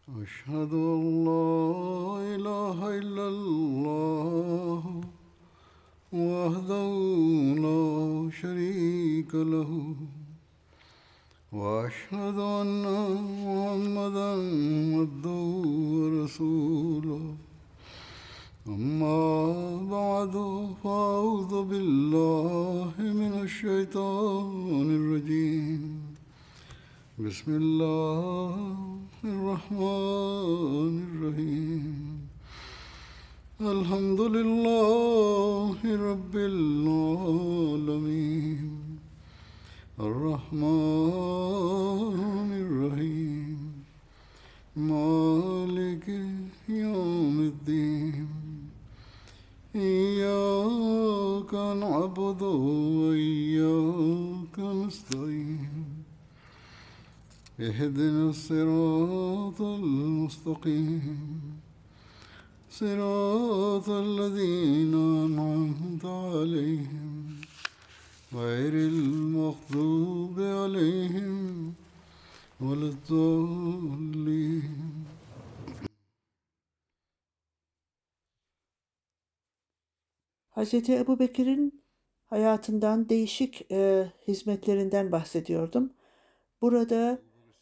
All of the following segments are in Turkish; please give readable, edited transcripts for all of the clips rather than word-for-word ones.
أشهد أن لا إله إلا الله وحده لا شريك له وأشهد أن محمدا عبده ورسوله أما بعد فأعوذ بالله من الشيطان الرجيم بسم الله الرحمن الرحيم الحمد لله رب العالمين الرحمن الرحيم مالك يوم الدين إياك نعبد وإياك نستعين اهدنا الصراط المستقيم صراط الذين أنعمت عليهم غير المغضوب عليهم ولا الضالين. Hazreti Ebubekir'in hayatından, değişik hizmetlerinden bahsediyordum. Burada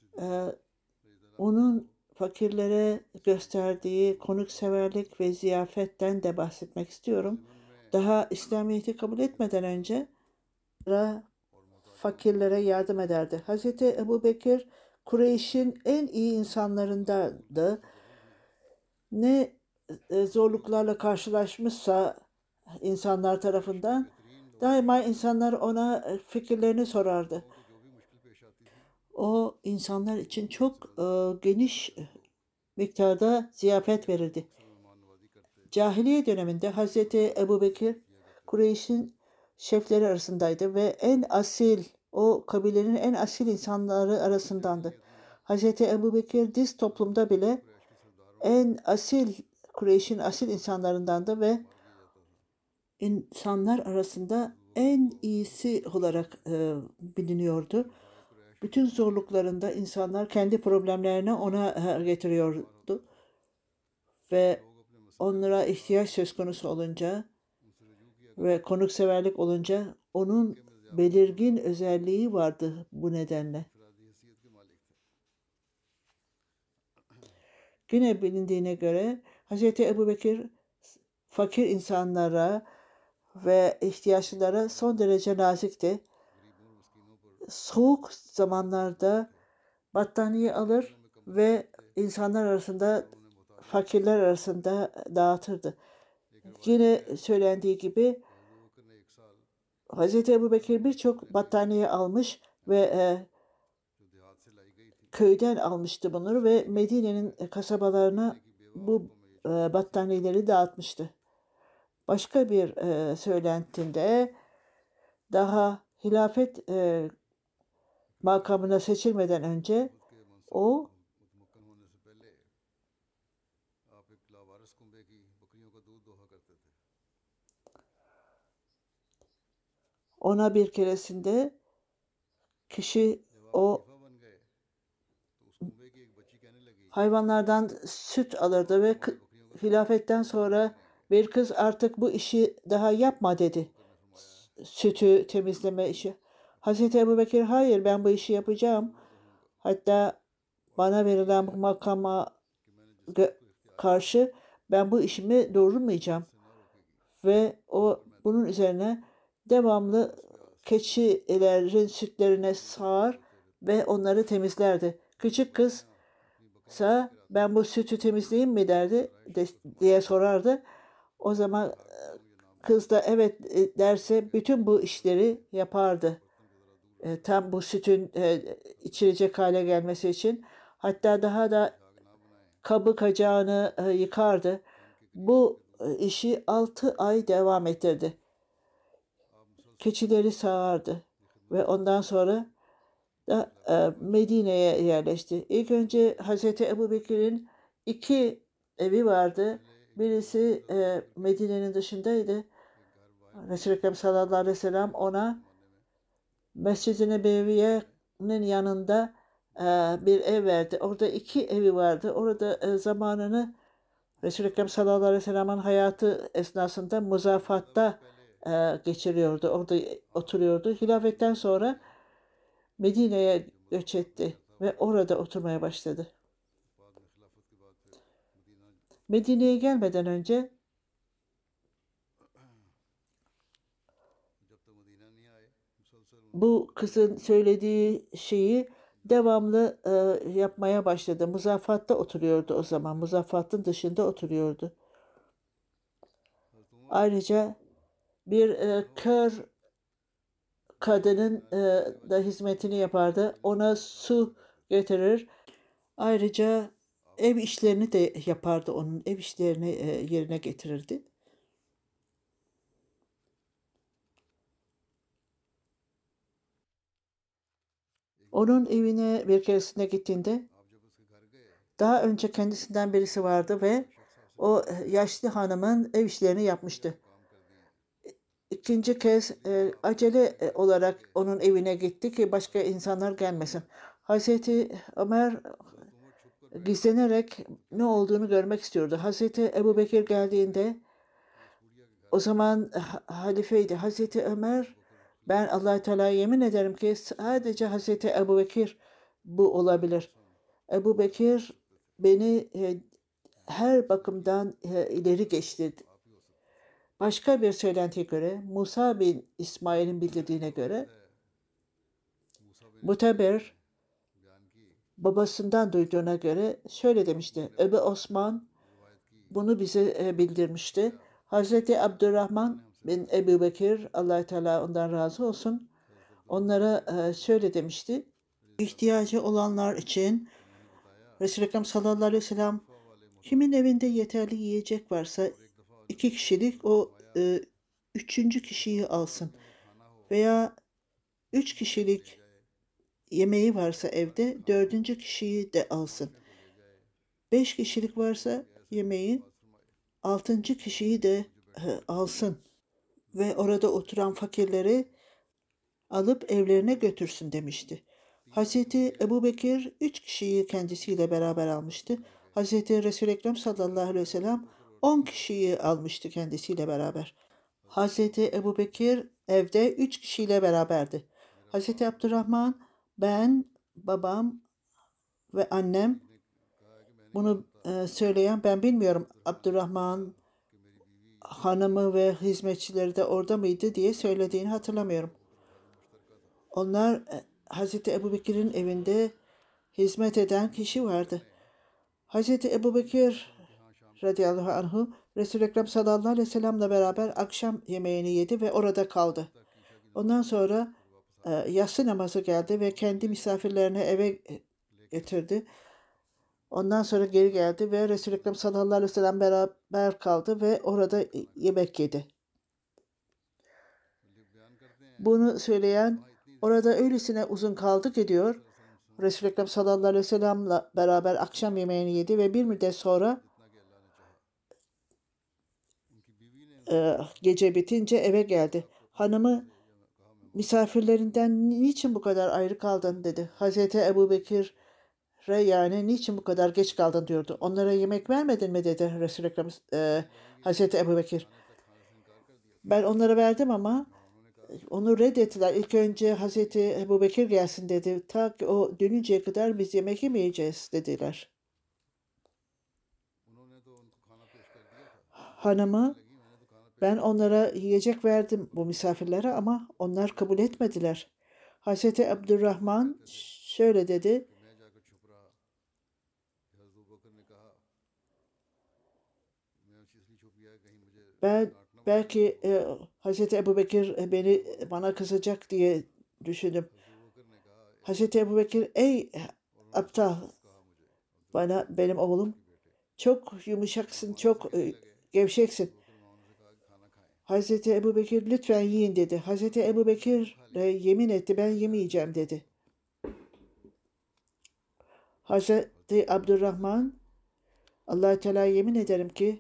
onun fakirlere gösterdiği konukseverlik ve ziyafetten de bahsetmek istiyorum. Daha İslamiyet'i kabul etmeden önce fakirlere yardım ederdi. Hazreti Ebubekir Kureyş'in en iyi insanlarındandı. Ne zorluklarla karşılaşmışsa insanlar tarafından daima insanlar ona fikirlerini sorardı. O insanlar için çok geniş miktarda ziyafet verirdi. Cahiliye döneminde Hazreti Ebubekir Kureyş'in şefleri arasındaydı ve en asil, o kabilenin en asil insanları arasındandı. Hazreti Ebubekir diz toplumda bile en asil, Kureyş'in asil insanlarındandı ve insanlar arasında en iyisi olarak biliniyordu. Bütün zorluklarında insanlar kendi problemlerini ona getiriyordu ve onlara ihtiyaç söz konusu olunca ve konukseverlik olunca onun belirgin özelliği vardı bu nedenle. Yine bilindiğine göre Hz. Ebubekir fakir insanlara ve ihtiyaçlılara son derece nazikti. Soğuk zamanlarda battaniye alır ve insanlar arasında, fakirler arasında dağıtırdı. Yine söylendiği gibi Hz. Ebubekir birçok battaniye almış ve köyden almıştı bunları ve Medine'nin kasabalarına bu battaniyeleri dağıtmıştı. Başka bir söylentinde daha hilafet makamına seçilmeden önce o ona bir keresinde kişi o hayvanlardan süt alırdı ve hilafetten sonra bir kız artık bu işi daha yapma dedi. Sütü temizleme işi. Hazreti Ebubekir hayır ben bu işi yapacağım. Hatta bana verilen bu makama karşı ben bu işimi doğurmayacağım. Ve o bunun üzerine devamlı keçilerin sütlerine sağar ve onları temizlerdi. Küçük kız ise ben bu sütü temizleyeyim mi derdi diye sorardı. O zaman kız da evet derse bütün bu işleri yapardı. Tam bu sütün içilecek hale gelmesi için. Hatta daha da kabı kacağını yıkardı. Bu işi 6 ay devam ettirdi. Keçileri sağardı ve ondan sonra da Medine'ye yerleşti. İlk önce Hazreti Ebubekir'in 2 evi vardı. Birisi Medine'nin dışındaydı. Resulü Ekrem sallallahu aleyhi ve sellem ona Mescid-i Nebeviye'nin yanında bir ev verdi. Orada 2 evi vardı. Orada zamanını Resul-i Ekrem sallallahu aleyhi ve sellem'in hayatı esnasında Muzafat'ta geçiriyordu. Orada oturuyordu. Hilafetten sonra Medine'ye göç etti ve orada oturmaya başladı. Medine'ye gelmeden önce bu kızın söylediği şeyi devamlı yapmaya başladı. Muzaffat'ta oturuyordu o zaman. Muzaffat'ın dışında oturuyordu. Ayrıca bir kör kadının da hizmetini yapardı. Ona su getirir. Ayrıca ev işlerini de yapardı. Onun ev işlerini yerine getirirdi. Onun evine bir keresinde gittiğinde daha önce kendisinden birisi vardı ve o yaşlı hanımın ev işlerini yapmıştı. İkinci kez acele olarak onun evine gitti ki başka insanlar gelmesin. Hazreti Ömer gizlenerek ne olduğunu görmek istiyordu. Hazreti Ebubekir geldiğinde o zaman halifeydi. Hazreti Ömer, ben Allah-u Teala'ya yemin ederim ki sadece Hazreti Ebubekir bu olabilir. Ebubekir beni her bakımdan ileri geçti. Başka bir söylentiye göre Musa bin İsmail'in bildirdiğine göre Muteber babasından duyduğuna göre şöyle demişti. Ebu Osman bunu bize bildirmişti. Hazreti Abdurrahman bin Ebu Bekir, Allah-u Teala ondan razı olsun, onlara şöyle demişti. İhtiyacı olanlar için Resul-i Ekrem sallallahu aleyhi ve sellem kimin evinde yeterli yiyecek varsa 2 kişilik o 3. kişiyi alsın. Veya 3 kişilik yemeği varsa evde 4. kişiyi de alsın. 5 kişilik varsa yemeği 6. kişiyi de alsın. Ve orada oturan fakirleri alıp evlerine götürsün demişti. Hazreti Ebubekir 3 kişiyi kendisiyle beraber almıştı. Hazreti Resul-i Ekrem sallallahu aleyhi ve sellem 10 kişiyi almıştı kendisiyle beraber. Hazreti Ebubekir evde 3 kişiyle beraberdi. Hazreti Abdurrahman, ben, babam ve annem, bunu söyleyen ben bilmiyorum. Abdurrahman hanımı ve hizmetçileri de orada mıydı diye söylediğini hatırlamıyorum. Onlar Hazreti Ebubekir'in evinde hizmet eden kişi vardı. Hazreti Ebubekir radıyallahu anhu Resul-i Ekrem sallallahu aleyhi ve sellem'le beraber akşam yemeğini yedi ve orada kaldı. Ondan sonra yatsı namazı geldi ve kendi misafirlerini eve getirdi. Ondan sonra geri geldi ve Resul-i Ekrem sallallahu aleyhi ve sellem beraber kaldı ve orada yemek yedi. Bunu söyleyen orada öylesine uzun kaldı ki diyor, Resul-i Ekrem sallallahu aleyhi ve sellem'le beraber akşam yemeğini yedi ve bir müddet sonra gece bitince eve geldi. Hanımı misafirlerinden niçin bu kadar ayrı kaldın dedi. Hazreti Ebubekir'e yani niçin bu kadar geç kaldın diyordu. Onlara yemek vermedin mi dedi Resul-i Ekrem Hazreti Ebubekir. Ben onlara verdim ama onu reddettiler. İlk önce Hazreti Ebubekir gelsin dedi. Ta ki o dönünceye kadar biz yemek yemeyeceğiz dediler. Hanımı, ben onlara yiyecek verdim bu misafirlere ama onlar kabul etmediler. Hazreti Abdurrahman şöyle dedi. Ben belki Hazreti Ebubekir bana kızacak diye düşündüm. Hazreti Ebubekir, ey aptal, benim oğlum, çok yumuşaksın, çok gevşeksin. Hazreti Ebubekir lütfen yiyin dedi. Hazreti Ebubekir yemin etti, ben yemeyeceğim dedi. Hazreti Abdurrahman, Allah-u Teala yemin ederim ki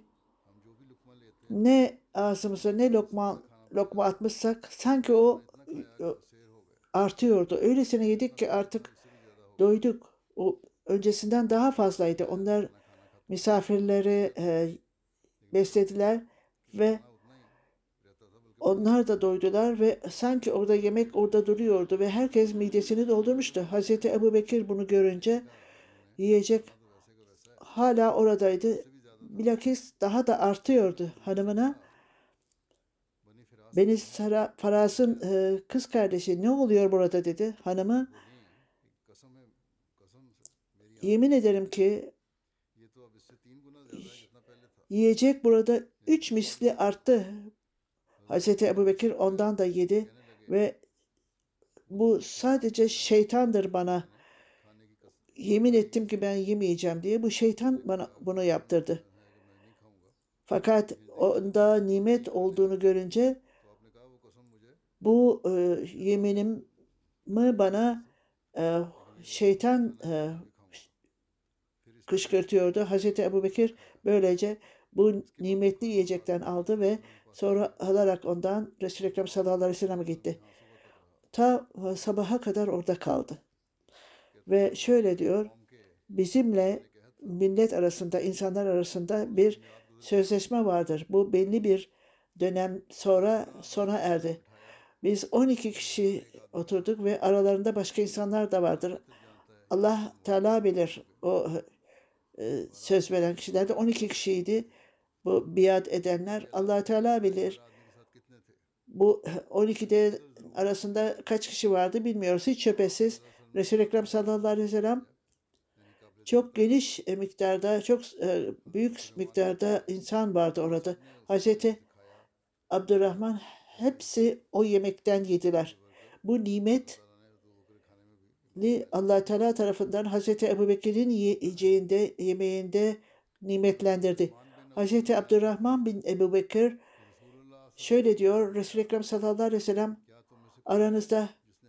ne ağzımıza ne lokma atmışsak sanki o artıyordu. Öylesine yedik ki artık doyduk. O öncesinden daha fazlaydı. Onlar misafirleri beslediler ve onlar da doydular ve sanki orada yemek orada duruyordu ve herkes midesini doldurmuştu. Hazreti Ebubekir bunu görünce yiyecek hala oradaydı. Bilakis daha da artıyordu. Hanımına, Beni Faras'ın kız kardeşi ne oluyor burada dedi. Hanımı, yemin ederim ki yiyecek burada 3 misli arttı. Hazreti Ebubekir ondan da yedi ve bu sadece şeytandır bana. Yemin ettim ki ben yemeyeceğim diye bu şeytan bana bunu yaptırdı. Fakat onda nimet olduğunu görünce bu yeminimi bana şeytan kışkırtıyordu. Hazreti Ebubekir böylece bu nimetli yiyecekten aldı ve sonra alarak ondan Resul-i Ekrem sallallahu aleyhi ve sellem'e gitti. Ta sabaha kadar orada kaldı. Ve şöyle diyor, bizimle millet arasında, insanlar arasında bir sözleşme vardır. Bu belli bir dönem sonra sona erdi. Biz 12 kişi oturduk ve aralarında başka insanlar da vardır. Allah Teala bilir o söz veren kişiler de 12 kişiydi. Bu biat edenler Allah Teala bilir. Bu 12'de arasında kaç kişi vardı bilmiyoruz. Hiç şüphesiz Resul-i Ekrem sallallahu aleyhi ve sellem çok geniş miktarda, çok büyük miktarda insan vardı orada. Hazreti Abdurrahman hepsi o yemekten yediler. Bu nimetli Allah Teala tarafından Hazreti Ebubekir'in yiyeceğinde, yemeğinde nimetlendirdi. Hazreti Abdurrahman bin Ebubekir şöyle diyor, Resul-i Ekrem sallallahu aleyhi ve sellem aranızda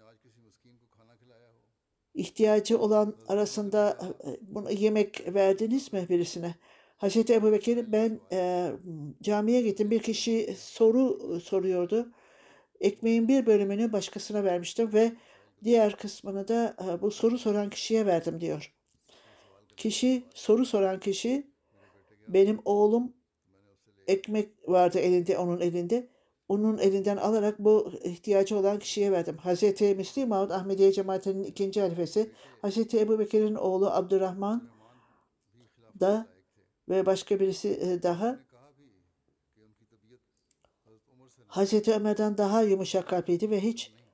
ihtiyacı olan arasında bunu yemek verdiniz mi birisine? Hazreti Ebubekir ben camiye gittim. Bir kişi soru soruyordu. Ekmeğin bir bölümünü başkasına vermiştim ve diğer kısmını da bu soru soran kişiye verdim diyor. Soru soran kişi benim oğlum ekmek vardı elinde onun elinde. Onun elinden alarak bu ihtiyacı olan kişiye verdim. Hazreti Müslim Maud Ahmediye cemaatinin ikinci halifesi Hazreti Ebubekir'in oğlu Abdurrahman da ve başka birisi daha Hazreti Ömer'den daha yumuşak kalpliydi ve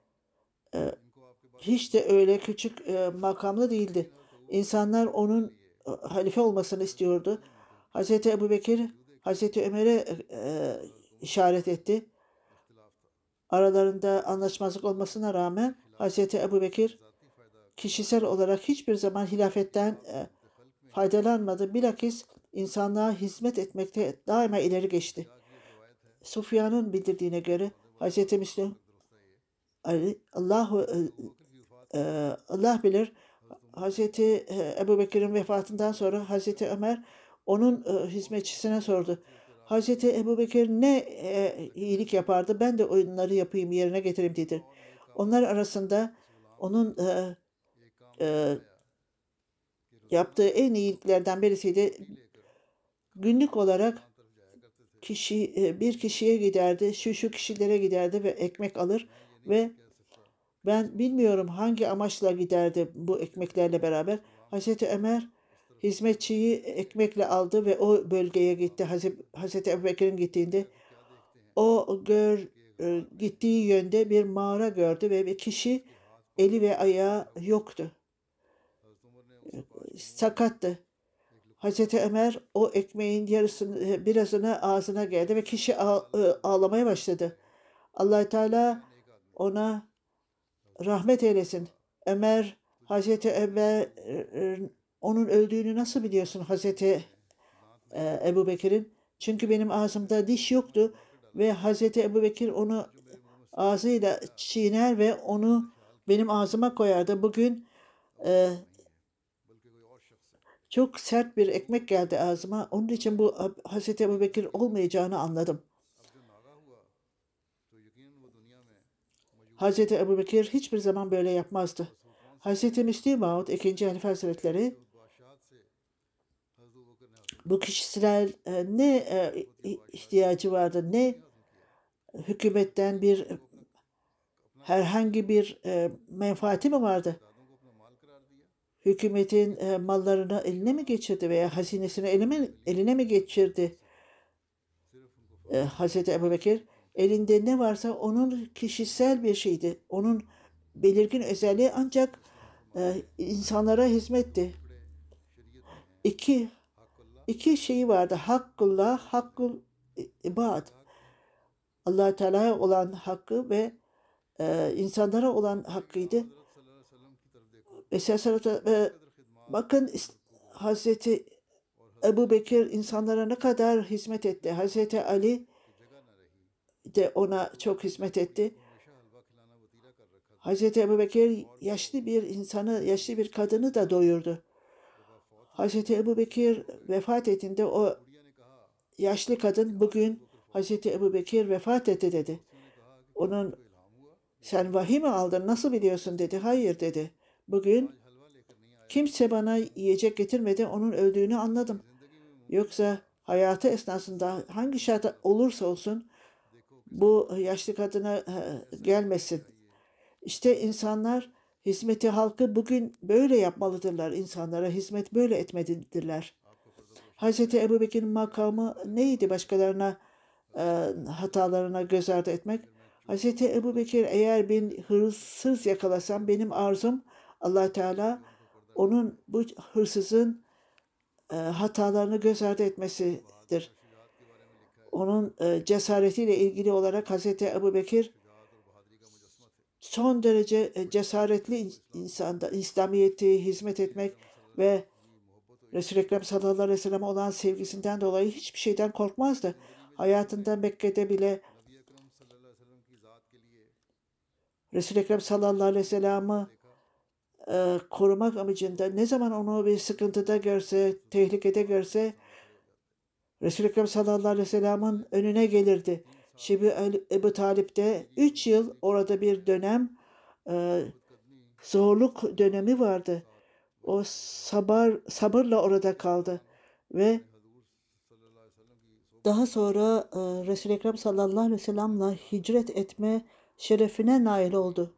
hiç de öyle küçük makamlı değildi. İnsanlar onun halife olmasını istiyordu. Hazreti Ebubekir Hazreti Ömer'e işaret etti. Aralarında anlaşmazlık olmasına rağmen Hazreti Ebubekir kişisel olarak hiçbir zaman hilafetten faydalanmadı. Bilakis insanlığa hizmet etmekte daima ileri geçti. Sufyan'ın bildirdiğine göre Hazreti Müslim Allah bilir Hazreti Ebubekir'in vefatından sonra Hazreti Ömer onun hizmetçisine sordu. Hazreti Ebubekir ne iyilik yapardı? Ben de onları yapayım, yerine getireyim dedi. Onlar arasında onun yaptığı en iyiliklerden birisiydi. Günlük olarak bir kişiye giderdi, şu kişilere giderdi ve ekmek alır ve ben bilmiyorum hangi amaçla giderdi bu ekmeklerle beraber. Hazreti Ömer hizmetçiyi ekmekle aldı ve o bölgeye gitti. Hazreti Ebubekir'in gittiğinde gittiği yönde bir mağara gördü ve bir kişi eli ve ayağı yoktu. Sakattı. Hazreti Ömer o ekmeğin birazını ağzına geldi ve kişi ağlamaya başladı. Allah Teala ona rahmet eylesin. Hazreti Ömer onun öldüğünü nasıl biliyorsun Hazreti Ebubekir'in? Çünkü benim ağzımda diş yoktu ve Hazreti Ebubekir onu ağzıyla çiğner ve onu benim ağzıma koyardı. Bugün çok sert bir ekmek geldi ağzıma. Onun için bu Hazreti Ebubekir olmayacağını anladım. Hazreti Ebubekir hiçbir zaman böyle yapmazdı. Hz. Müslim Maud 2. Halife Hazretleri bu kişisel ne ihtiyacı vardı, ne hükümetten bir herhangi bir menfaati mi vardı? Hükümetin mallarını eline mi geçirdi veya hazinesini eline mi geçirdi Hazreti Ebubekir? Elinde ne varsa onun kişisel bir şeydi. Onun belirgin özelliği ancak insanlara hizmetti. İki şeyi vardı. Hakkullah, hakkul ibad. Allah Teala'ya olan hakkı ve insanlara olan hakkıydı. Mesela bakın Hazreti Ebubekir insanlara ne kadar hizmet etti. Hazreti Ali de ona çok hizmet etti. Hazreti Ebubekir yaşlı bir insanı, yaşlı bir kadını da doyurdu. Hazreti Ebubekir vefat ettiğinde o yaşlı kadın bugün Hazreti Ebubekir vefat etti dedi. Onun sen vahiy mi aldın nasıl biliyorsun dedi. Hayır dedi. Bugün kimse bana yiyecek getirmedi onun öldüğünü anladım. Yoksa hayatı esnasında hangi şart olursa olsun bu yaşlı kadına gelmesin. İşte insanlar hizmeti halkı bugün böyle yapmalıdırlar. İnsanlara hizmet böyle etmelidirler. Hazreti Ebubekir'in makamı neydi başkalarına hatalarına göz ardı etmek? Hazreti Ebubekir eğer bir hırsız yakalasam benim arzum Allah Teala onun bu hırsızın hatalarını göz ardı etmesidir. Onun cesaretiyle ilgili olarak Hazreti Ebubekir son derece cesaretli insanda İslamiyet'i hizmet etmek ve Resul-i Ekrem sallallahu aleyhi ve sellem'e olan sevgisinden dolayı hiçbir şeyden korkmazdı. Hayatında Mekke'de bile Resul-i Ekrem sallallahu aleyhi ve sellem'i korumak amacında ne zaman onu bir sıkıntıda görse, tehlikede görse Resul-i Ekrem sallallahu aleyhi ve sellem'in önüne gelirdi. Şimdi Ebu Talip'te 3 yıl orada bir dönem zorluk dönemi vardı. O sabırla orada kaldı ve daha sonra Resul-i Ekrem sallallahu aleyhi ve sellem'le hicret etme şerefine nail oldu.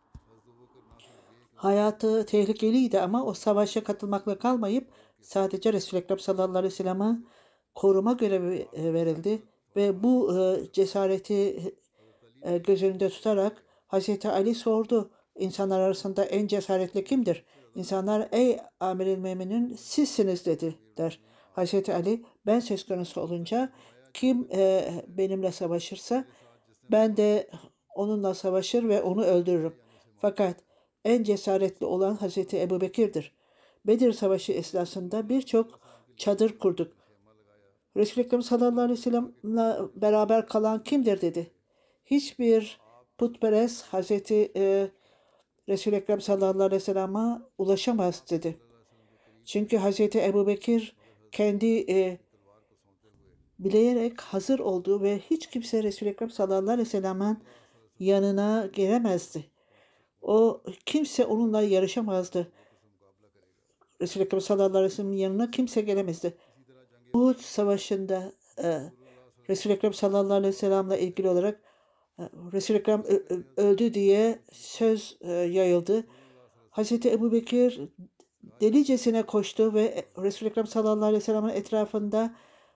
Hayatı tehlikeliydi ama o savaşa katılmakla kalmayıp sadece Resul-i Ekrem sallallahu aleyhi ve sellem'e koruma görevi verildi ve bu cesareti göz önünde tutarak Hazreti Ali sordu. İnsanlar arasında en cesaretli kimdir? İnsanlar ey amir-i müminin sizsiniz dediler. Hazreti Ali ben söz konusu olunca kim benimle savaşırsa ben de onunla savaşır ve onu öldürürüm. Fakat en cesaretli olan Hazreti Ebubekir'dir. Bedir Savaşı esnasında birçok çadır kurduk. Resul-i Ekrem sallallahu aleyhi ve sellem'le beraber kalan kimdir dedi. Hiçbir putperest Hazreti Resul-i Ekrem sallallahu aleyhi ve sellem'e ulaşamaz dedi. Çünkü Hazreti Ebubekir kendi bileyerek hazır oldu ve hiç kimse Resul-i Ekrem sallallahu aleyhi ve sellem'in yanına gelemezdi. O kimse onunla yarışamazdı. Resul-i Ekrem sallallahu aleyhi ve sellem'in yanına kimse gelemezdi. Uhud Savaşı'nda Resul-i Ekrem sallallahu aleyhi ve sellem'le ilgili olarak Resul-i Ekrem öldü diye söz yayıldı. Hazreti Ebubekir delicesine koştu ve Resul-i Ekrem sallallahu aleyhi ve sellem'in etrafında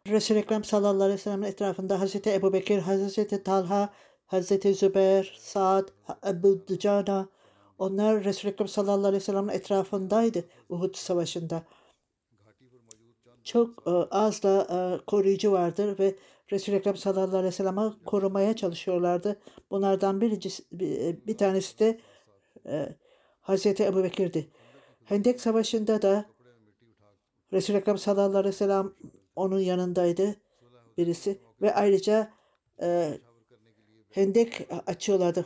Hazreti Ebubekir, Hazreti Talha, Hazreti Zübeyir, Sa'd, Ebu Ducana onlar Resul-i Ekrem sallallahu aleyhi ve sellem'in etrafındaydı Uhud Savaşı'nda. Çok az da koruyucu vardır ve Resul-i Ekrem sallallahu aleyhi ve sellem'i korumaya çalışıyorlardı. Bunlardan bir tanesi de Hazreti Ebubekir'di. Hendek Savaşı'nda da Resul-i Ekrem sallallahu aleyhi ve sellem onun yanındaydı birisi ve ayrıca hendek açıyorlardı.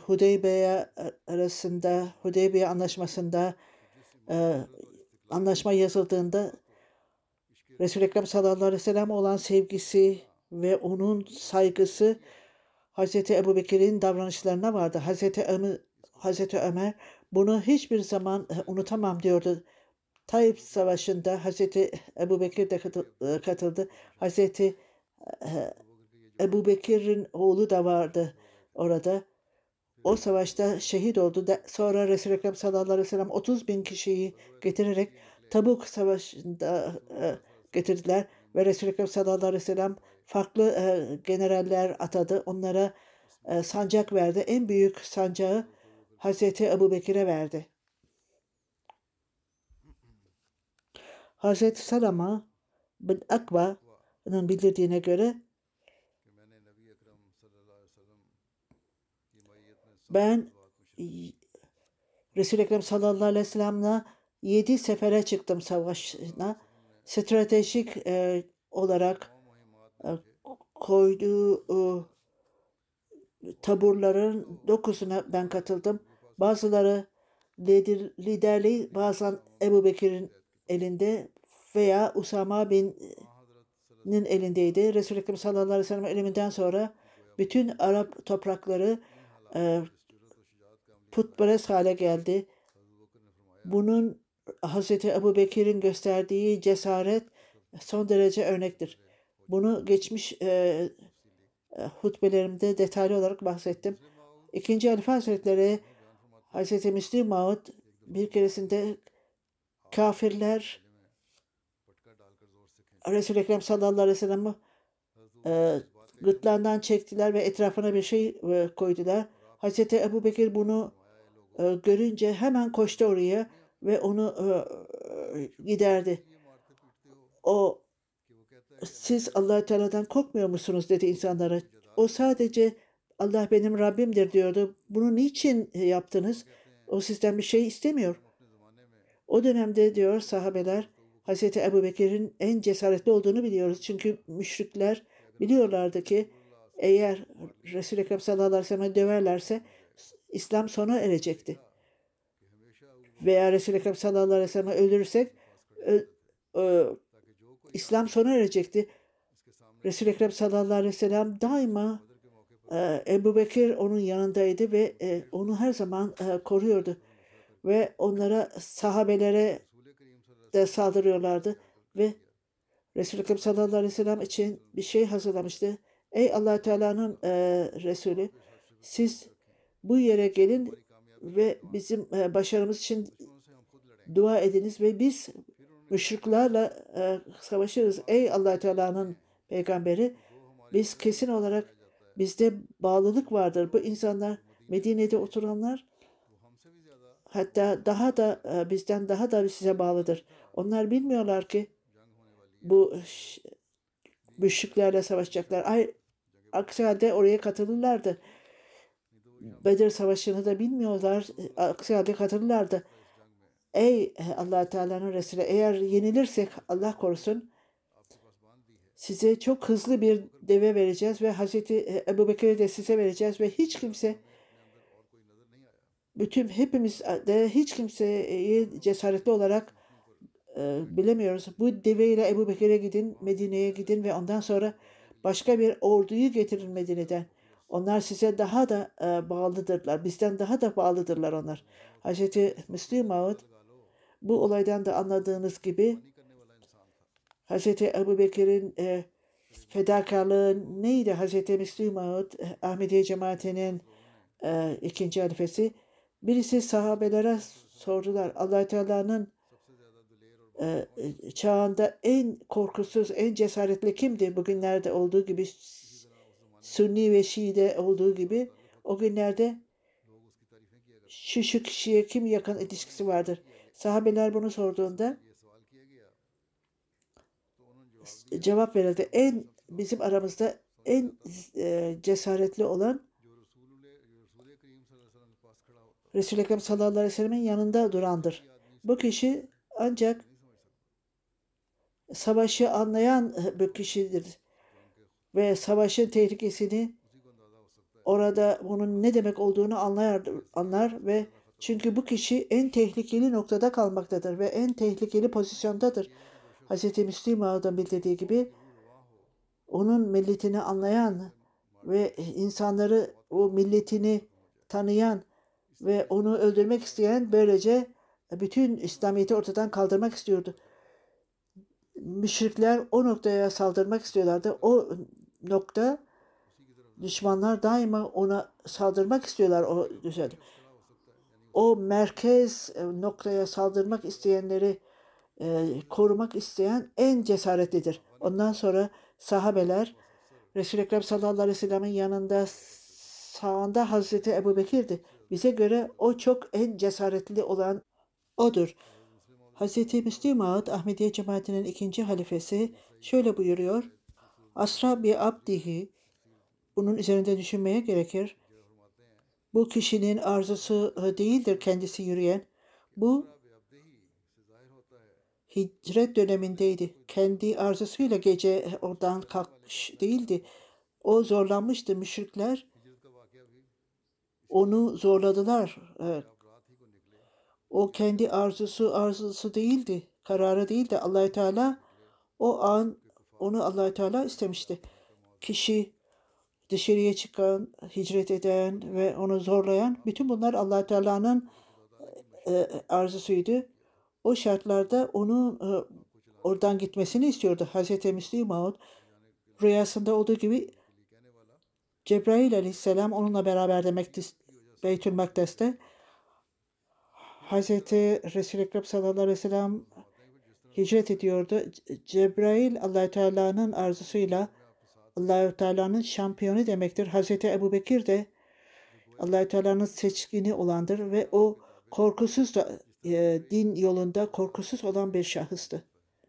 Hudeybiye anlaşmasında anlaşma yazıldığında Resul-i Ekrem sallallahu aleyhi ve sellem olan sevgisi ve onun saygısı Hazreti Ebubekir'in davranışlarına vardı. Hazreti Ömer Bunu hiçbir zaman unutamam diyordu. Taif Savaşı'nda Hazreti Ebu Bekir de katıldı. Hazreti Ebu Bekir'in oğlu da vardı orada. O savaşta şehit oldu. Sonra Resul-i Ekrem sallallahu aleyhi ve sellem 30 bin kişiyi getirerek Tabuk Savaşı'nda getirdiler. Ve Resul-i Ekrem sallallahu aleyhi ve sellem farklı generaller atadı. Onlara sancak verdi. En büyük sancağı Hazreti Ebu Bekir'e verdi. Hazreti Salama bin Akba'nın bildirdiğine göre ben Resul-i Ekrem sallallahu aleyhi ve sellem'le 7 sefere çıktım savaşına. Stratejik olarak koyduğu taburların 9'una ben katıldım. Bazıları liderliği bazen Ebu Bekir'in elinde veya Usama bin'in elindeydi. Resul-i Ekrem sallallahu aleyhi ve sellem ölümünden sonra bütün Arap toprakları putperest hale geldi. Bunun Hazreti Ebu Bekir'in gösterdiği cesaret son derece örnektir. Bunu geçmiş hutbelerimde detaylı olarak bahsettim. İkinci Halife Hazretleri Hazreti Müslim Maud bir keresinde kafirler Resul-i Ekrem sallallahu aleyhi ve sellem'i gırtlağından çektiler ve etrafına bir şey koydular. Hazreti Ebu Bekir bunu görünce hemen koştu oraya ve onu giderdi. Siz Allah-u Teala'dan korkmuyor musunuz dedi insanlara. O sadece Allah benim Rabbimdir diyordu. Bunu niçin yaptınız? O sizden bir şey istemiyor. O dönemde diyor sahabeler Hazreti Ebu Bekir'in en cesaretli olduğunu biliyoruz. Çünkü müşrikler biliyorlardı ki eğer Resul-i Ekrem sallallahu aleyhi ve sellem'i döverlerse İslam sona erecekti. Veya Resul-i Ekrem sallallahu aleyhi ve sellem'i öldürürsek İslam sona erecekti. Resul-i Ekrem sallallahu aleyhi ve sellem daima Ebu Bekir onun yanındaydı ve onu her zaman koruyordu. Ve onlara sahabelere de saldırıyorlardı ve Resul-i Ekrem sallallahu aleyhi ve sellem için bir şey hazırlamıştı. Ey Allah Teala'nın Resulü, siz bu yere gelin ve bizim başarımız için dua ediniz ve biz müşriklerle savaşırız. Ey Allah Teala'nın peygamberi, biz kesin olarak bizde bağlılık vardır. Bu insanlar Medine'de oturanlar hatta daha da bizden daha da size bağlıdır. Onlar bilmiyorlar ki bu müşriklerle savaşacaklar. Aksi halde oraya katılırlardı. Bedir Savaşı'nı da bilmiyorlar. Aksi halde katılırlardı. Ey Allah Teala'nın Resulü, eğer yenilirsek Allah korusun size çok hızlı bir deve vereceğiz ve Hazreti Ebu Bekir'i de size vereceğiz ve hiç kimse hepimiz de hiç kimseyi cesaretli olarak bilemiyoruz. Bu deveyle Ebu Bekir'e gidin, Medine'ye gidin ve ondan sonra başka bir orduyu getirin Medine'den. Onlar size daha da bağlıdırlar. Bizden daha da bağlıdırlar onlar. Hazreti Müslim Maud bu olaydan da anladığınız gibi Hazreti Ebu Bekir'in fedakarlığı neydi? Hazreti Müslim Maud Ahmediye cemaatinin ikinci halifesi. Birisi sahabelere sordular. Allah Teala'nın çağında en korkusuz, en cesaretli kimdi? Bugünlerde olduğu gibi Sünni ve Şii'de olduğu gibi o günlerde şu kişiye kim yakın ilişkisi vardır? Sahabeler bunu sorduğunda cevap verildi. Bizim aramızda en cesaretli olan Resul-i Ekrem sallallahu aleyhi ve sellem'in yanında durandır. Bu kişi ancak savaşı anlayan bir kişidir. Ve savaşın tehlikesini orada bunun ne demek olduğunu anlar ve çünkü bu kişi en tehlikeli noktada kalmaktadır ve en tehlikeli pozisyondadır. Hz. Müslim Maud'un bildirdiği gibi onun milletini anlayan ve insanları o milletini tanıyan ve onu öldürmek isteyen böylece bütün İslamiyet'i ortadan kaldırmak istiyordu. Müşrikler o noktaya saldırmak istiyorlardı. O nokta düşmanlar daima ona saldırmak istiyorlar o düzende. O merkez noktaya saldırmak isteyenleri korumak isteyen en cesaretlidir. Ondan sonra sahabeler Resul-i Ekrem sallallahu aleyhi ve sellem'in yanında sağında Hazreti Ebu Bekir'di. Bize göre o çok en cesaretli olan odur. Hazreti Müslim Maud Ahmediye cemaatinin ikinci halifesi şöyle buyuruyor. Asra bi abdihi, bunun üzerinde düşünmeye gerekir. Bu kişinin arzusu değildir kendisi yürüyen. Bu hicret dönemindeydi. Kendi arzusuyla gece oradan kalkmış değildi. O zorlanmıştı. Müşrikler onu zorladılar. O kendi arzusu değildi. Kararı değildi. Allahü Teala o an onu Allahü Teala istemişti. Kişi dışarıya çıkan, hicret eden ve onu zorlayan bütün bunlar Allahü Teala'nın arzusuydu. O şartlarda onun oradan gitmesini istiyordu. Hazreti Müslim Maud rüyasında olduğu gibi Cebrail aleyhisselam onunla beraber demekti Beytül Makdes'te. Hazreti Resul-i Ekrem sallallahu aleyhi ve sellem hicret ediyordu. Cebrail Allahü Teala'nın arzusuyla Allahü Teala'nın şampiyonu demektir. Hazreti Ebu Bekir de Allahü Teala'nın seçkini olandır ve o korkusuz da din yolunda korkusuz olan bir şahıstı.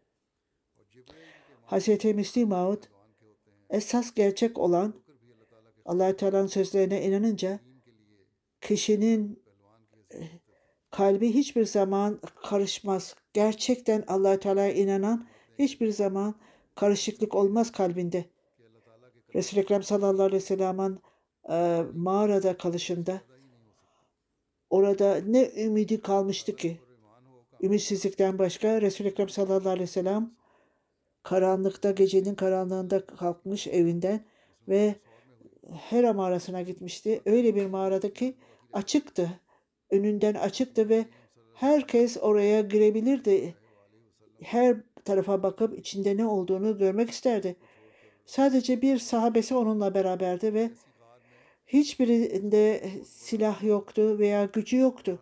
Hazreti Müslim Maud esas gerçek olan Allah-u Teala'nın sözlerine inanınca kişinin kalbi hiçbir zaman karışmaz. Gerçekten Allah-u Teala'ya inanan hiçbir zaman karışıklık olmaz kalbinde. Resul-i Ekrem sallallahu aleyhi ve sellem'in mağarada kalışında orada ne ümidi kalmıştı ki? Ümitsizlikten başka Resul-i Ekrem sallallahu aleyhi ve sellem karanlıkta, gecenin karanlığında kalkmış evinden ve Hera mağarasına gitmişti. Öyle bir mağarada ki açıktı. Önünden açıktı ve herkes oraya girebilirdi. Her tarafa bakıp içinde ne olduğunu görmek isterdi. Sadece bir sahabesi onunla beraberdi ve hiçbirinde silah yoktu veya gücü yoktu.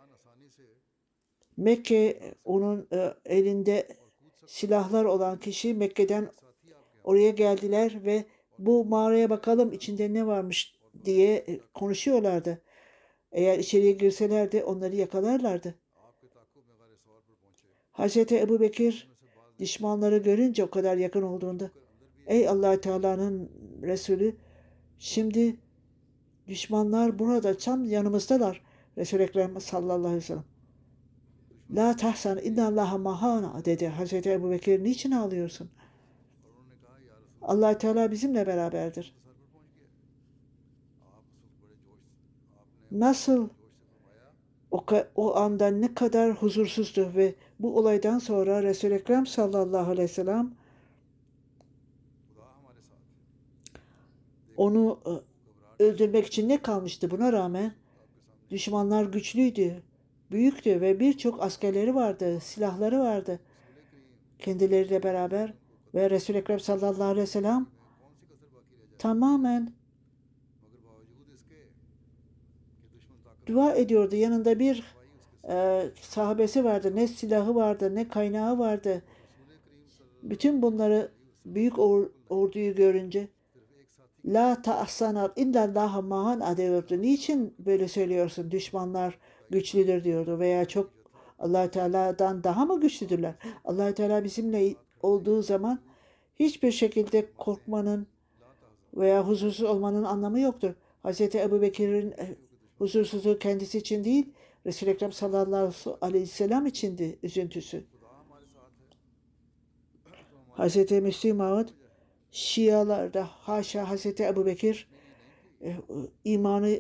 Mekke onun elinde silahlar olan kişi Mekke'den oraya geldiler ve bu mağaraya bakalım içinde ne varmış diye konuşuyorlardı. Eğer içeriye girselerdi onları yakalarlardı. Hazreti Ebu Bekir düşmanları görünce o kadar yakın olduğunda ey Allah Teala'nın Resulü, şimdi düşmanlar burada tam yanımızdalar. Resul-i Ekrem sallallahu aleyhi ve sellem La tahsan innallaha mahana dedi. Hazreti Ebu Bekir niçin ağlıyorsun? Allah Teala bizimle beraberdir. Nasıl o anda ne kadar huzursuzdu ve bu olaydan sonra Resul-i Ekrem sallallahu aleyhi ve sellem onu öldürmek için ne kalmıştı? Buna rağmen düşmanlar güçlüydü, büyüktü ve birçok askerleri vardı, silahları vardı kendileriyle beraber ve Resul-i Ekrem sallallahu aleyhi ve sellem tamamen dua ediyordu. Yanında bir sahabesi vardı. Ne silahı vardı, ne kaynağı vardı. Bütün bunları büyük orduyu görünce La ta'assanar innallaha mahan diyordu. Niçin böyle söylüyorsun? Düşmanlar güçlüdür diyordu veya çok Allah Teala'dan daha mı güçlüdürler? Allah Teala bizimle olduğu zaman hiçbir şekilde korkmanın veya huzursuz olmanın anlamı yoktur. Hazreti Ebu Bekir'in huzursuzluğu kendisi için değil, Resul-i Ekrem sallallahu aleyhi ve sellem içindi üzüntüsü. Hazreti Müslim Maud Şialarda haşa Hazreti Ebu Bekir imanı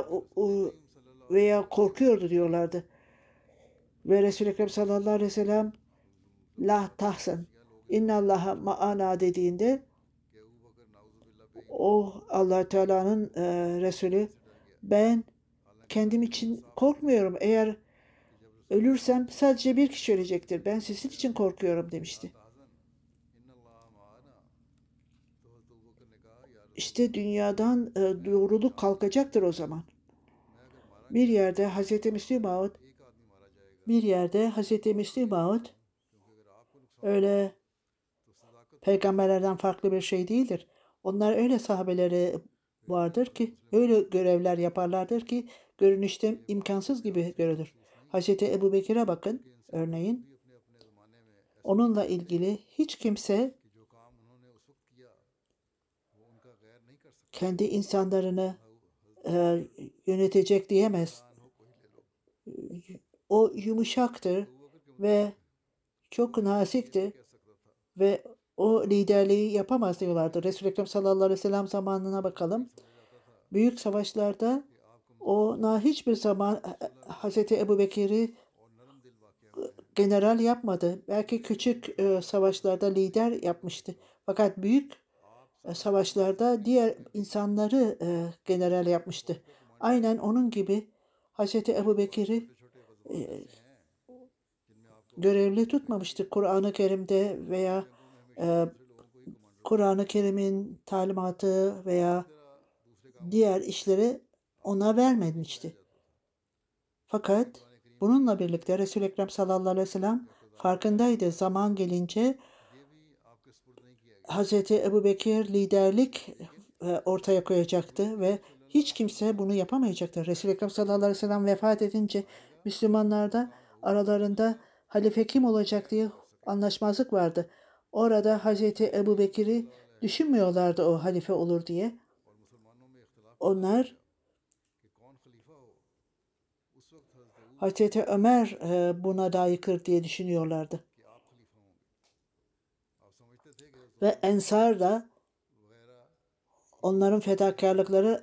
veya korkuyordu diyorlardı. Ve Resul-i Ekrem sallallahu aleyhi ve sellem La tahsen innallaha ma'ana dediğinde o Allah Teala'nın Resulü ben kendim için korkmuyorum. Eğer ölürsem sadece bir kişi ölecektir. Ben sizin için korkuyorum demişti. İşte dünyadan doğruluk kalkacaktır o zaman. Bir yerde Hazreti Müslim Maud, öyle peygamberlerden farklı bir şey değildir. Onlar öyle sahabeleri vardır ki, öyle görevler yaparlardır ki görünüşte imkansız gibi görülür. Hazreti Ebu Bekir'e bakın örneğin. Onunla ilgili hiç kimse kendi insanlarını yönetecek diyemez. O yumuşaktır ve çok naziktir ve o liderliği yapamaz diyorlardı. Resul-i Ekrem sallallahu aleyhi ve sellem zamanına bakalım. Büyük savaşlarda ona hiçbir zaman Hazreti Ebu Bekir'i general yapmadı. Belki küçük savaşlarda lider yapmıştı. Fakat büyük savaşlarda diğer insanları general yapmıştı. Aynen onun gibi Hazreti Ebu Bekir'i görevli tutmamıştı. Kur'an-ı Kerim'de veya Kur'an-ı Kerim'in talimatı veya diğer işleri ona vermemişti. Fakat bununla birlikte Resul-i Ekrem sallallahu aleyhi ve sellem farkındaydı. Zaman gelince Hazreti Ebu Bekir liderlik ortaya koyacaktı ve hiç kimse bunu yapamayacaktı. Resul-i Ekrem sallallahu aleyhi ve sellem vefat edince Müslümanlarda aralarında halife kim olacak diye anlaşmazlık vardı. Orada Hazreti Ebu Bekir'i düşünmüyorlardı o halife olur diye. Onlar Hazreti Ömer buna layıktır diye düşünüyorlardı. Ve Ensar da onların fedakarlıkları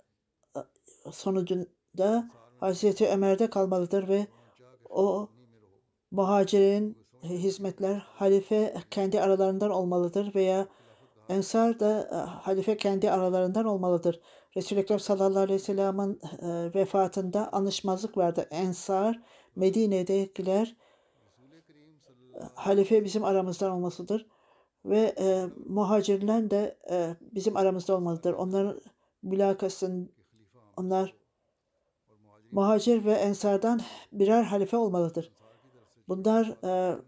sonucunda Hazreti Ömer'de kalmalıdır ve o muhacirin hizmetler halife kendi aralarından olmalıdır veya Ensar da halife kendi aralarından olmalıdır. Resul-i Ekrem sallallahu aleyhi ve sellem'in vefatında anlaşmazlık vardı. Ensar, Medine'dekiler halife bizim aramızdan olmasıdır ve muhacirler de bizim aramızda olmalıdır. Onların onlar muhacir ve ensardan birer halife olmalıdır. Bunlar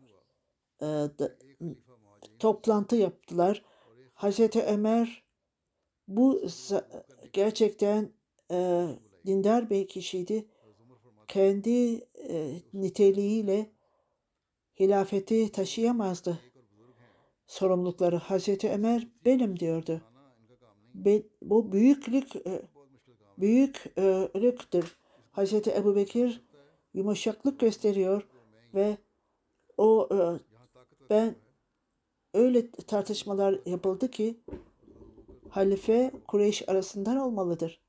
toplantı yaptılar. Hazreti Ömer bu gerçekten dindar bir kişiydi. Kendi niteliğiyle hilafeti taşıyamazdı. Sorumlulukları. Hazreti Ömer benim diyordu. Bu büyüklüktür. Hazreti Ebu Bekir yumuşaklık gösteriyor ve ben öyle tartışmalar yapıldı ki halife Kureyş arasından olmalıdır.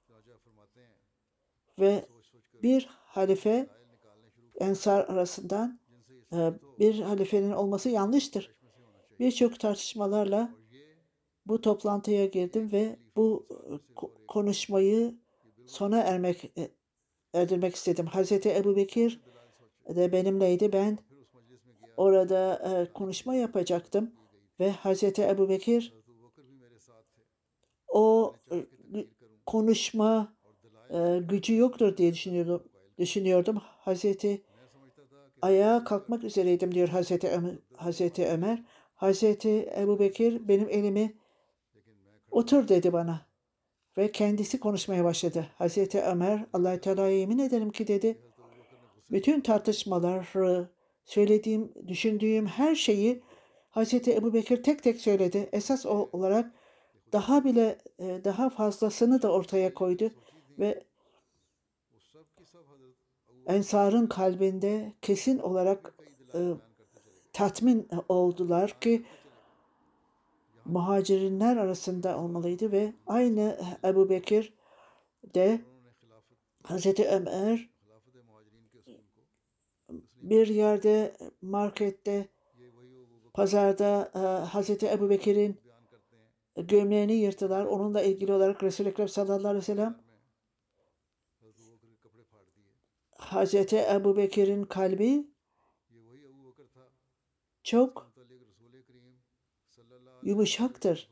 Ve bir halife Ensar arasından bir halifenin olması yanlıştır. Birçok tartışmalarla bu toplantıya girdim ve bu konuşmayı sona erdirmek istedim. Hazreti Ebu Bekir de benimleydi. Ben orada konuşma yapacaktım ve Hazreti Ebu Bekir o konuşma gücü yoktur diye düşünüyordum. Hazreti ayağa kalkmak üzereydim diyor Hazreti Ömer. Hazreti Ebu Bekir benim elimi otur dedi bana ve kendisi konuşmaya başladı. Hazreti Ömer Allah-u Teala'ya yemin ederim ki dedi, bütün tartışmaları, söylediğim, düşündüğüm her şeyi Hazreti Ebu Bekir tek tek söyledi. Esas olarak daha fazlasını da ortaya koydu ve Ensar'ın kalbinde kesin olarak tatmin oldular ki muhacirinler arasında olmalıydı ve aynı Ebu Bekir de Hazreti Ömer bir yerde markette, pazarda Hazreti Ebu Bekir'in gömleğini yırttılar. Onunla ilgili olarak Resul-i Ekrem sallallahu aleyhi ve sellem Hazreti Ebu Bekir'in kalbi çok yumuşaktır.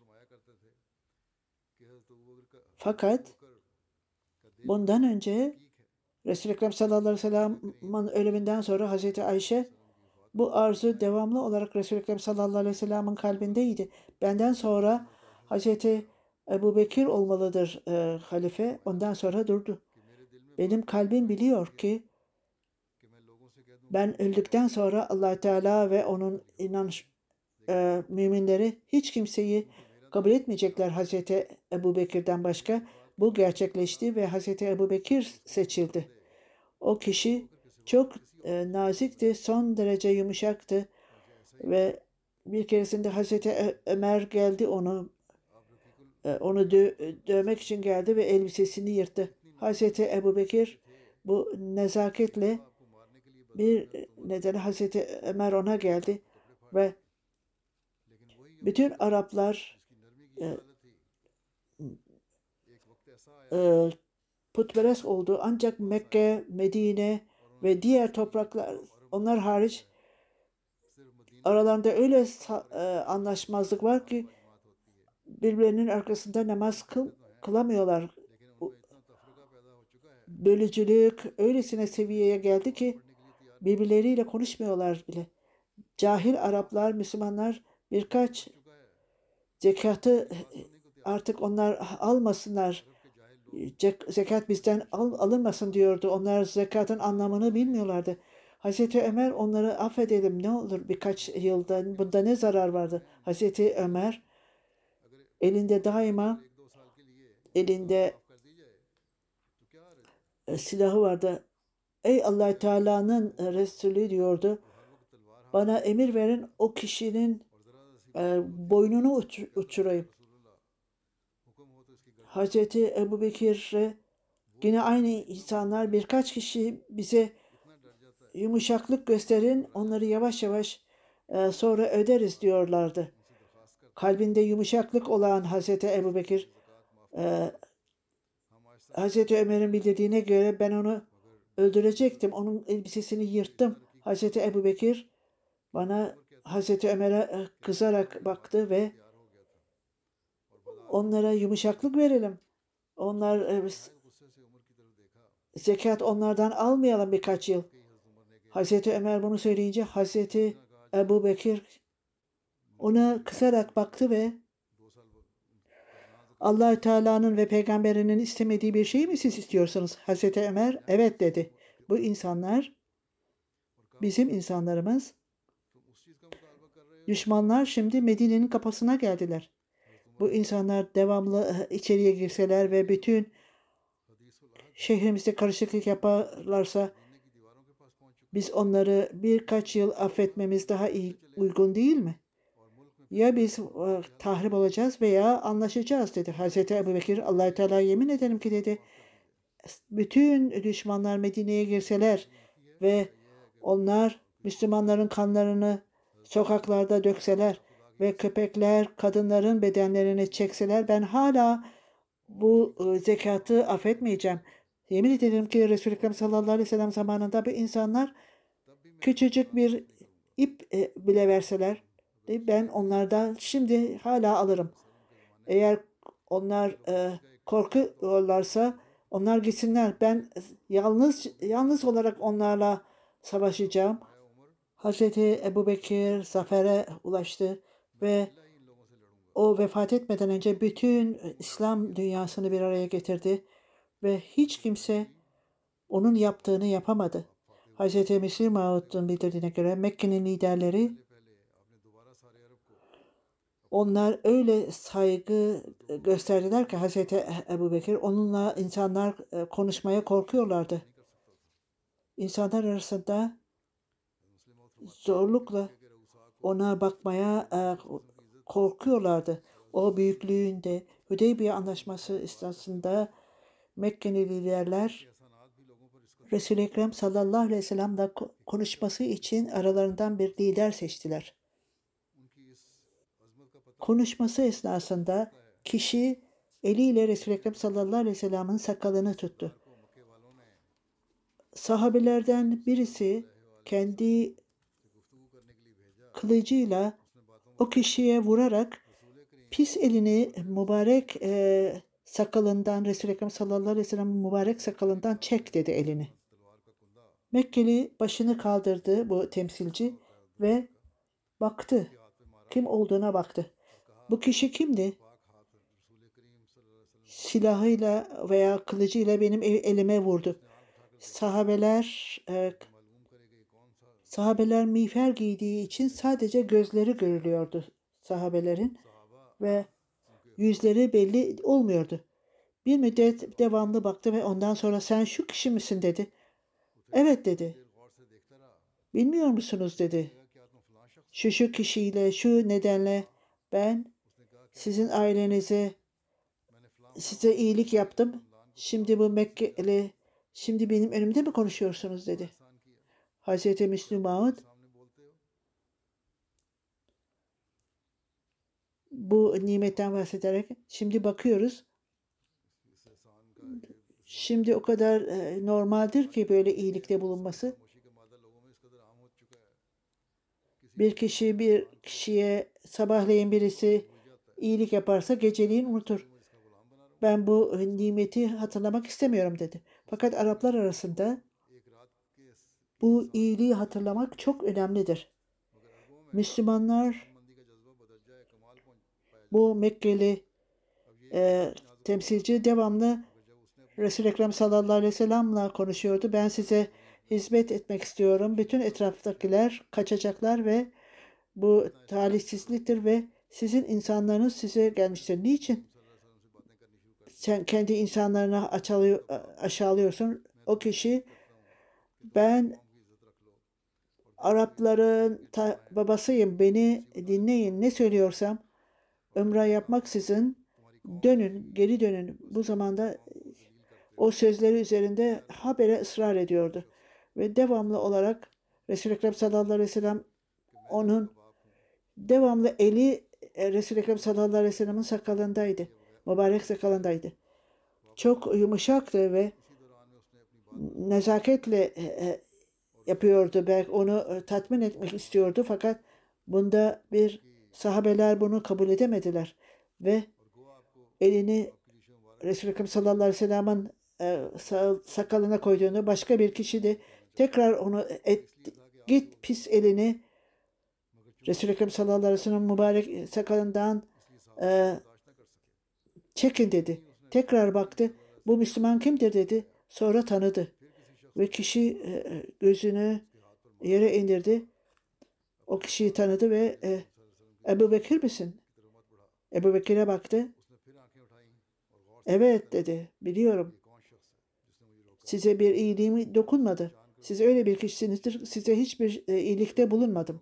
Fakat bundan önce Resul-i Ekrem sallallahu aleyhi ve sellem'in ölümünden sonra Hazreti Ayşe bu arzu devamlı olarak Resul-i Ekrem sallallahu aleyhi ve sellem'in kalbindeydi. Benden sonra Hazreti Ebu Bekir olmalıdır halife. Ondan sonra durdu. Benim kalbim biliyor ki ben öldükten sonra Allah Teala ve onun müminleri hiç kimseyi kabul etmeyecekler Hazreti Ebu Bekir'den başka. Bu gerçekleşti ve Hazreti Ebu Bekir seçildi. O kişi çok nazikti, son derece yumuşaktı ve bir keresinde Hazreti Ömer geldi onu dövmek için geldi ve elbisesini yırttı. Hazreti Ebu Bekir bu nezaketle bir nedeni Hazreti Ömer ona geldi ve bütün Araplar putperest oldu. Ancak Mekke, Medine ve diğer topraklar onlar hariç aralarında öyle anlaşmazlık var ki birbirlerinin arkasında namaz kılamıyorlar. Bölücülük öylesine seviyeye geldi ki birbirleriyle konuşmuyorlar bile. Cahil Araplar, Müslümanlar birkaç zekatı artık onlar almasınlar. Zekat bizden alınmasın diyordu. Onlar zekatın anlamını bilmiyorlardı. Hazreti Ömer onları affedelim ne olur birkaç yılda bunda ne zarar vardı? Hazreti Ömer elinde daima silahı vardı. Ey Allah Teala'nın Resulü diyordu. Bana emir verin o kişinin boynunu uçurayım. Hazreti Ebu Bekir'e yine aynı insanlar birkaç kişi bize yumuşaklık gösterin onları yavaş yavaş sonra öderiz diyorlardı. Kalbinde yumuşaklık olan Hazreti Ebu Bekir Hazreti Ömer'in bildirdiğine göre ben onu öldürecektim. Onun elbisesini yırttım. Hazreti Ebu Bekir bana Hazreti Ömer'e kızarak baktı ve onlara yumuşaklık verelim. Onlar zekat onlardan almayalım birkaç yıl. Hazreti Ömer bunu söyleyince Hazreti Ebu Bekir ona kızarak baktı ve Allah Teala'nın ve peygamberinin istemediği bir şey mi siz istiyorsunuz? Hazreti Ömer evet dedi. Bu insanlar bizim insanlarımız. Düşmanlar şimdi Medine'nin kapısına geldiler. Bu insanlar devamlı içeriye girseler ve bütün şehrimizde karışıklık yaparlarsa biz onları birkaç yıl affetmemiz daha iyi uygun değil mi? Ya biz tahrip olacağız veya anlaşacağız dedi. Hazreti Ebu Bekir Allah-u Teala yemin ederim ki dedi bütün düşmanlar Medine'ye girseler ve onlar Müslümanların kanlarını sokaklarda dökseler ve köpekler kadınların bedenlerini çekseler ben hala bu zekatı affetmeyeceğim. Yemin ederim ki Resul-i Ekrem sallallahu aleyhi ve sellem zamanında bu insanlar küçücük bir ip bile verseler ben onlardan şimdi hala alırım. Eğer onlar korkuyorlarsa onlar gitsinler. Ben yalnız olarak onlarla savaşacağım. Hazreti Ebu Bekir zafere ulaştı ve o vefat etmeden önce bütün İslam dünyasını bir araya getirdi ve hiç kimse onun yaptığını yapamadı. Hazreti Mesih Maud'un bildirdiğine göre Mekke'nin liderleri onlar öyle saygı gösterdiler ki Hazreti Ebu Bekir onunla insanlar konuşmaya korkuyorlardı. İnsanlar arasında zorlukla ona bakmaya korkuyorlardı. O büyüklüğünde Hudeybiye Anlaşması esnasında Mekkeli liderler Resul-i Ekrem sallallahu aleyhi ve sellem'le konuşması için aralarından bir lider seçtiler. Konuşması esnasında kişi eliyle Resul-i Ekrem sallallahu aleyhi ve sellem'in sakalını tuttu. Sahabelerden birisi kendi kılıcıyla o kişiye vurarak pis elini mübarek sakalından, Resul-i Ekrem sallallahu aleyhi ve sellem'in mübarek sakalından çek dedi elini. Mekkeli başını kaldırdı bu temsilci ve baktı. Kim olduğuna baktı. Bu kişi kimdi? Silahıyla veya kılıcıyla benim elime vurdu. Sahabeler miğfer giydiği için sadece gözleri görülüyordu sahabelerin ve yüzleri belli olmuyordu. Bir müddet devamlı baktı ve ondan sonra sen şu kişi misin dedi. Evet dedi. Bilmiyor musunuz dedi. Şu kişiyle, şu nedenle ben sizin ailenize size iyilik yaptım. Şimdi bu Mekkeli, şimdi benim önümde mi konuşuyorsunuz dedi. Hazreti Müslüm Maud bu nimetten bahsederek şimdi bakıyoruz. Şimdi o kadar normaldir ki böyle iyilikte bulunması. Bir kişiye sabahleyin birisi iyilik yaparsa geceliğin unutur. Ben bu nimeti hatırlamak istemiyorum dedi. Fakat Araplar arasında bu iyiliği hatırlamak çok önemlidir. Müslümanlar bu Mekkeli temsilci devamlı Resul-i Ekrem sallallahu aleyhi ve sellem'le konuşuyordu. Ben size hizmet etmek istiyorum. Bütün etraftakiler kaçacaklar ve bu talihsizliktir ve sizin insanlarınız size gelmiştir. Niçin? Sen kendi insanlarını aşağılıyorsun. O kişi ben Arapların babasıyım. Beni dinleyin. Ne söylüyorsam ömre yapmaksızın dönün, geri dönün. Bu zamanda o sözleri üzerinde habere ısrar ediyordu. Ve devamlı olarak Resul-i Ekrem sallallahu aleyhi ve sellem onun devamlı eli Resul-i Ekrem sallallahu aleyhi ve sellem'in sakalındaydı. Mübarek sakalındaydı. Çok yumuşaktı ve nezaketle yapıyordu. Belki onu tatmin etmek istiyordu fakat bunda sahabeler bunu kabul edemediler ve elini Resul-i Ekrem sallallahu aleyhi ve sellem'in sakalına koyduğunu başka bir kişi de tekrar onu git pis elini Resul-i Ekrem sallallahu aleyhi ve sellem mübarek sakalından çekin dedi. Tekrar baktı. Bu Müslüman kimdir dedi. Sonra tanıdı. Ve kişi gözünü yere indirdi. O kişiyi tanıdı ve Ebu Bekir misin? Ebu Bekir'e baktı. Evet dedi. Biliyorum. Size bir iyiliğim dokunmadı. Siz öyle bir kişisinizdir. Size hiçbir iyilikte bulunmadım.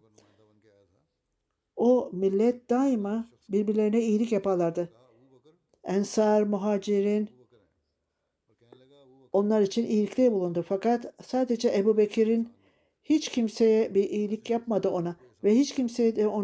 O millet daima birbirlerine iyilik yaparlardı. Ensar, muhacirin onlar için iyilikte bulundu. Fakat sadece Ebu Bekir'in hiç kimseye bir iyilik yapmadı ona ve hiç kimse de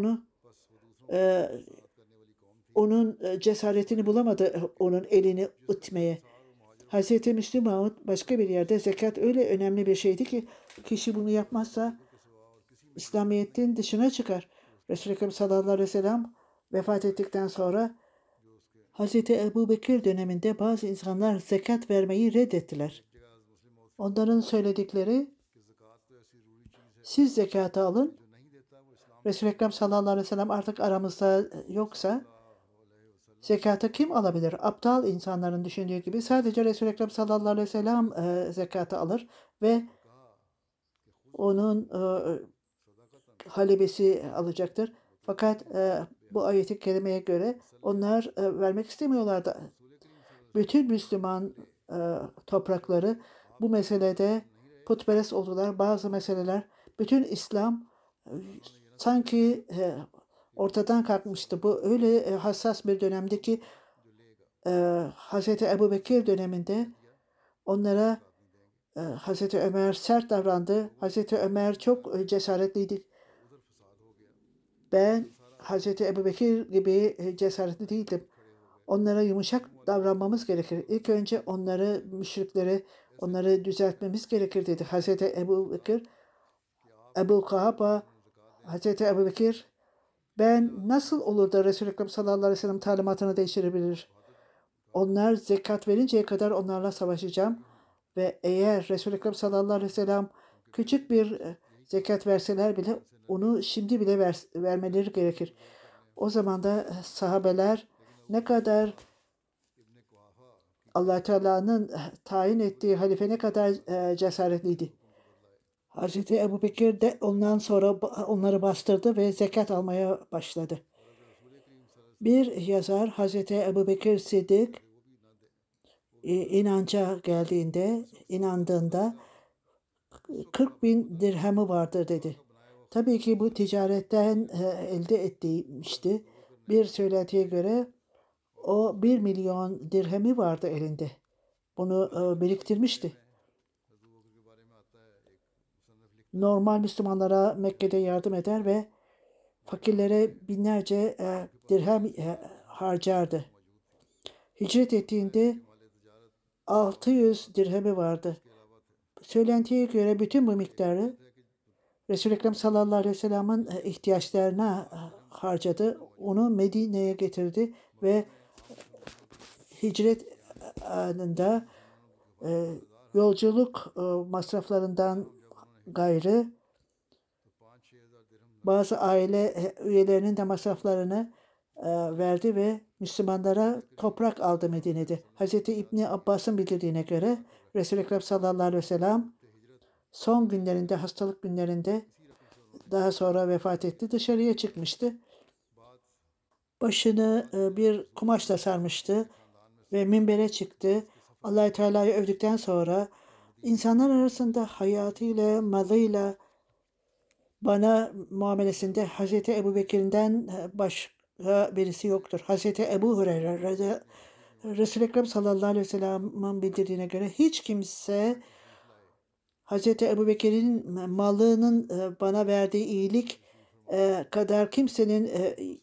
onun cesaretini bulamadı onun elini itmeye. Hazreti Müslüm Maud başka bir yerde zekat öyle önemli bir şeydi ki kişi bunu yapmazsa İslamiyet'in dışına çıkar. Resul-i Ekrem sallallahu aleyhi ve sellem vefat ettikten sonra Hazreti Ebu Bekir döneminde bazı insanlar zekat vermeyi reddettiler. Onların söyledikleri siz zekatı alın. Resul-i Ekrem sallallahu aleyhi ve sellem artık aramızda yoksa zekatı kim alabilir? Aptal insanların düşündüğü gibi sadece Resul-i Ekrem sallallahu aleyhi ve sellem zekatı alır ve onun halibesi alacaktır. Fakat bu ayet-i kerimeye göre onlar vermek istemiyorlardı. Bütün Müslüman toprakları bu meselede putperest oldular. Bazı meseleler bütün İslam sanki ortadan kalkmıştı. Bu öyle hassas bir dönemdi ki Hazreti Ebu Bekir döneminde onlara Hazreti Ömer sert davrandı. Hazreti Ömer çok cesaretliydi. Ben Hazreti Ebu Bekir gibi cesaretli değildim. Onlara yumuşak davranmamız gerekir. İlk önce onları, müşrikleri Onları düzeltmemiz gerekir dedi. Hazreti Ebu Bekir, Ebu Kuhafa, Hazreti Ebu Bekir, ben nasıl olur da Resul-i Ekrem sallallahu aleyhi ve sellem talimatını değiştirebilir? Onlar zekat verinceye kadar onlarla savaşacağım. Ve eğer Resul-i Ekrem sallallahu aleyhi ve sellem küçük bir zekat verseler bile onu şimdi bile vermeleri gerekir. O zaman da sahabeler ne kadar Allah Teala'nın tayin ettiği halife ne kadar cesaretliydi. Hazreti Ebu Bekir de ondan sonra onları bastırdı ve zekat almaya başladı. Bir yazar Hazreti Ebu Bekir Siddik inandığında 40 bin dirhemi vardır dedi. Tabii ki bu ticaretten elde etmişti. Bir söylentiye göre o 1 milyon dirhemi vardı elinde. Bunu biriktirmişti. Normal Müslümanlara Mekke'de yardım eder ve fakirlere binlerce dirhem harcardı. Hicret ettiğinde 600 dirhemi vardı. Söylentiye göre bütün bu miktarı Resul-i Ekrem sallallahu aleyhi ve sellem'in ihtiyaçlarına harcadı. Onu Medine'ye getirdi ve hicret anında yolculuk masraflarından gayrı bazı aile üyelerinin de masraflarını verdi ve Müslümanlara toprak aldı Medine'de. Hz. İbni Abbas'ın bildirdiğine göre Resul-i Ekrem sallallahu aleyhi ve sellem son günlerinde, hastalık günlerinde daha sonra vefat etti. Dışarıya çıkmıştı. Başını bir kumaşla sarmıştı ve minbere çıktı. Allah-u Teala'yı övdükten sonra insanlar arasında hayatıyla, malıyla bana muamelesinde Hz. Ebu Bekir'den başka birisi yoktur. Hz. Ebu Hureyre Resul-i Ekrem sallallahu aleyhi ve sellem'in bildirdiğine göre hiç kimse Hz. Ebu Bekir'in malının bana verdiği iyilik kadar kimsenin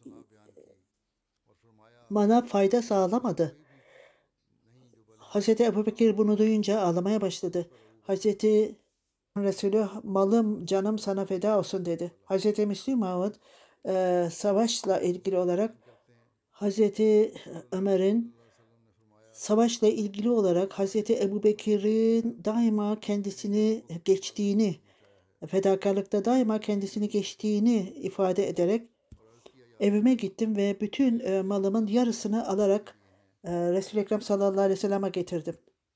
bana fayda sağlamadı. Hz. Ebu Bekir bunu duyunca ağlamaya başladı. Hz. Resulü malım canım sana feda olsun dedi. Hz. Müslim Maud savaşla ilgili olarak Hz. Ömer'in savaşla ilgili olarak Hz. Ebu Bekir'in daima kendisini geçtiğini, fedakarlıkta daima kendisini geçtiğini ifade ederek evime gittim ve bütün malımın yarısını alarak Resul-i Ekrem sallallahu aleyhi ve sellem'e getirdim.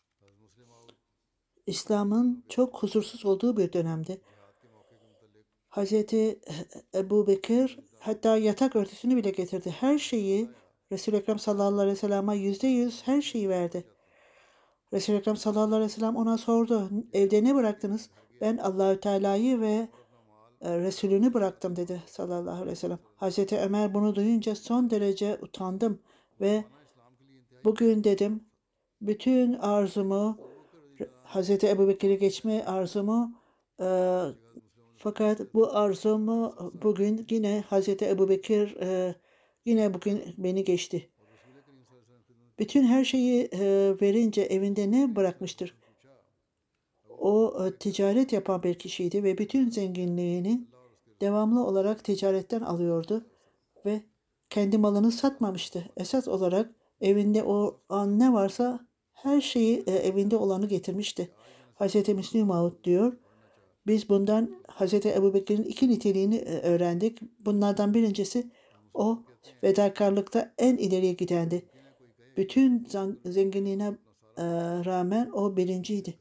İslam'ın çok huzursuz olduğu bir dönemde Hz. Ebu Bekir hatta yatak örtüsünü bile getirdi. Her şeyi Resul-i Ekrem sallallahu aleyhi ve sellem'e %100 her şeyi verdi. Resul-i Ekrem sallallahu aleyhi ve sellem ona sordu. Evde ne bıraktınız? Ben Allahü Teala'yı ve Resulünü bıraktım dedi sallallahu aleyhi ve sellem. Hazreti Ömer bunu duyunca son derece utandım ve bugün dedim bütün arzumu Hazreti Ebu Bekir'e geçme arzumu fakat bu arzumu bugün yine Hazreti Ebu Bekir yine bugün beni geçti. Bütün her şeyi verince evinde ne bırakmıştır? O ticaret yapan bir kişiydi ve bütün zenginliğini devamlı olarak ticaretten alıyordu ve kendi malını satmamıştı. Esas olarak evinde o an ne varsa her şeyi evinde olanı getirmişti. Hz. Müslim Maud diyor. Biz bundan Hz. Ebu Bekir'in iki niteliğini öğrendik. Bunlardan birincisi o fedakarlıkta en ileriye gidendi. Bütün zenginliğine rağmen o birinciydi.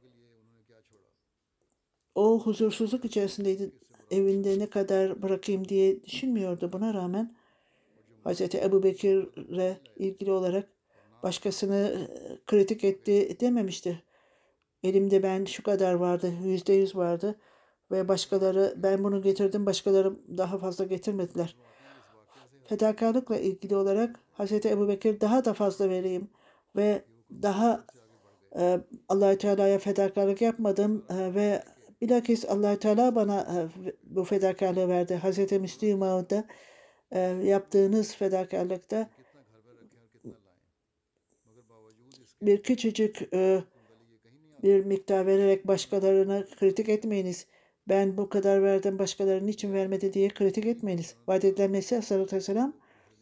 O huzursuzluk içerisindeydi. Evinde ne kadar bırakayım diye düşünmüyordu. Buna rağmen Hz. Ebu Bekir'le ilgili olarak başkasını kritik etti dememişti. Elimde ben şu kadar vardı, %100 vardı ve başkaları ben bunu getirdim, başkaları daha fazla getirmediler. Fedakarlıkla ilgili olarak Hz. Ebu Bekir daha da fazla vereyim ve daha Allah-u Teala'ya fedakarlık yapmadım ve bilakis Allah-u Teala bana bu fedakarlığı verdi. Hz. Müslim Maud'da yaptığınız fedakarlıkta bir küçücük bir miktar vererek başkalarına kritik etmeyiniz. Ben bu kadar verdim, başkalarının için vermedi diye kritik etmeyiniz. Vaat edilen Mesih Aleyhisselatü Vesselam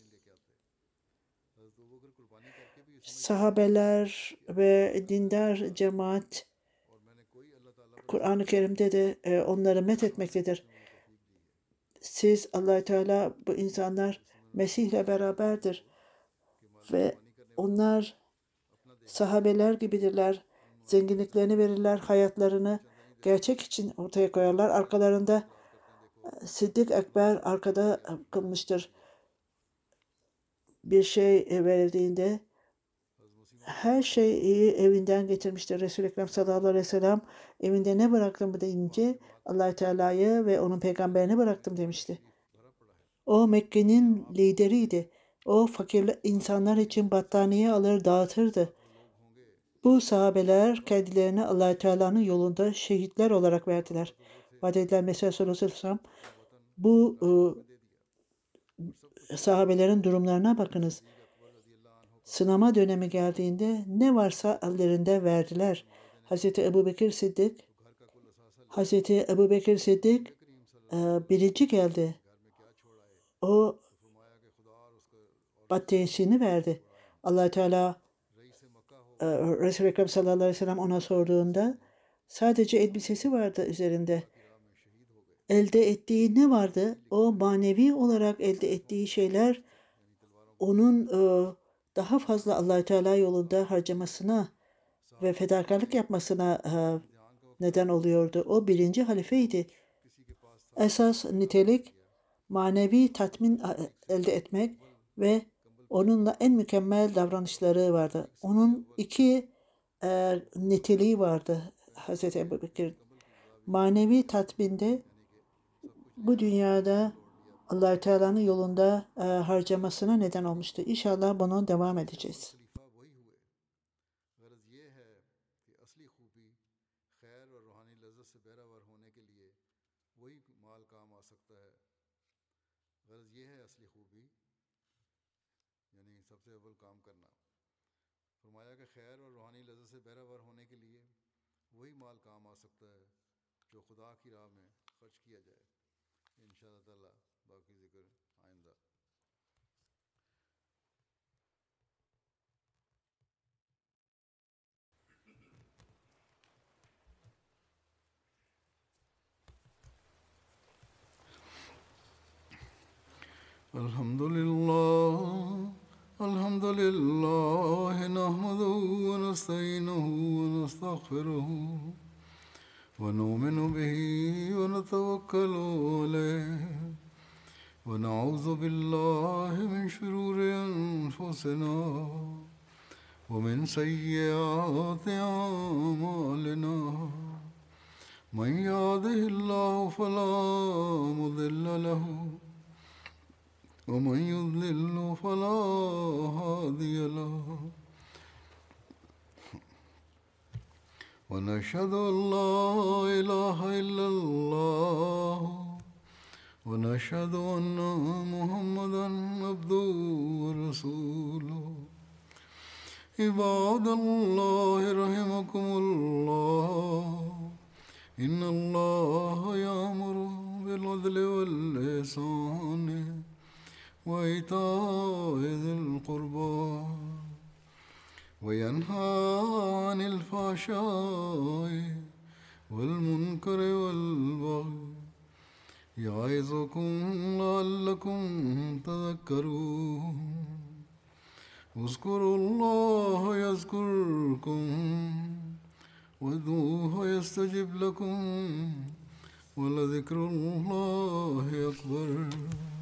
sahabeler ve dindar cemaat Kur'an-ı Kerim'de de onları met etmektedir. Siz Allah Teala bu insanlar Mesih'le beraberdir ve onlar sahabeler gibidirler. Zenginliklerini verirler, hayatlarını gerçek için ortaya koyarlar. Arkalarında Sıddık Ekber arkada kılmıştır. Bir şey verildiğinde her şeyi evinden getirmiştir. Resul-i Ekrem sallallahu aleyhi ve sellem evinde ne bıraktım deyince Allah Teala'yı ve onun peygamberini bıraktım demişti. O Mekke'nin lideriydi. O fakir insanlar için battaniye alır dağıtırdı. Bu sahabeler kendilerini Allah Teala'nın yolunda şehitler olarak verdiler. Vaat edilen Mesih sallallahu aleyhi ve sellem bu sahabelerin durumlarına bakınız. Sınama dönemi geldiğinde ne varsa ellerinde verdiler. Hazreti Ebubekir Sıddık birinci geldi. O battaniyesini verdi. Allah Teala Resul-i Ekrem sallallahu aleyhi ve sellem ona sorduğunda sadece elbisesi vardı üzerinde. Elde ettiği ne vardı? O manevi olarak elde ettiği şeyler onun daha fazla Allah Teala yolunda harcamasına ve fedakarlık yapmasına neden oluyordu. O birinci halifeydi. Esas nitelik manevi tatmin elde etmek ve onunla en mükemmel davranışları vardı. Onun iki niteliği vardı Hazreti Ebubekir. Manevi tatminde bu dünyada Allah Teala'nın yolunda harcamasına neden olmuştu. İnşallah bunu devam edeceğiz. الحمد لله نحمده ونستعينه ونستغفره ونؤمن به ونتوكل عليه ونعوذ بالله من شرور أنفسنا ومن سيئات أعمالنا من يهده الله فلا مضل له ومن يضلل فلا هادي له ونشهد أن لا إله إلا الله ونشهد أن محمدا عبده ورسوله عباد الله رحمكم الله إن الله يأمر بالعدل والإحسان وإيتاء ذي القربى وينهى عن الفحشاء والمنكر والبغي يعظكم لعلكم تذكرون اذكروا الله يذكركم وادعوه يستجب لكم ولذكر الله أكبر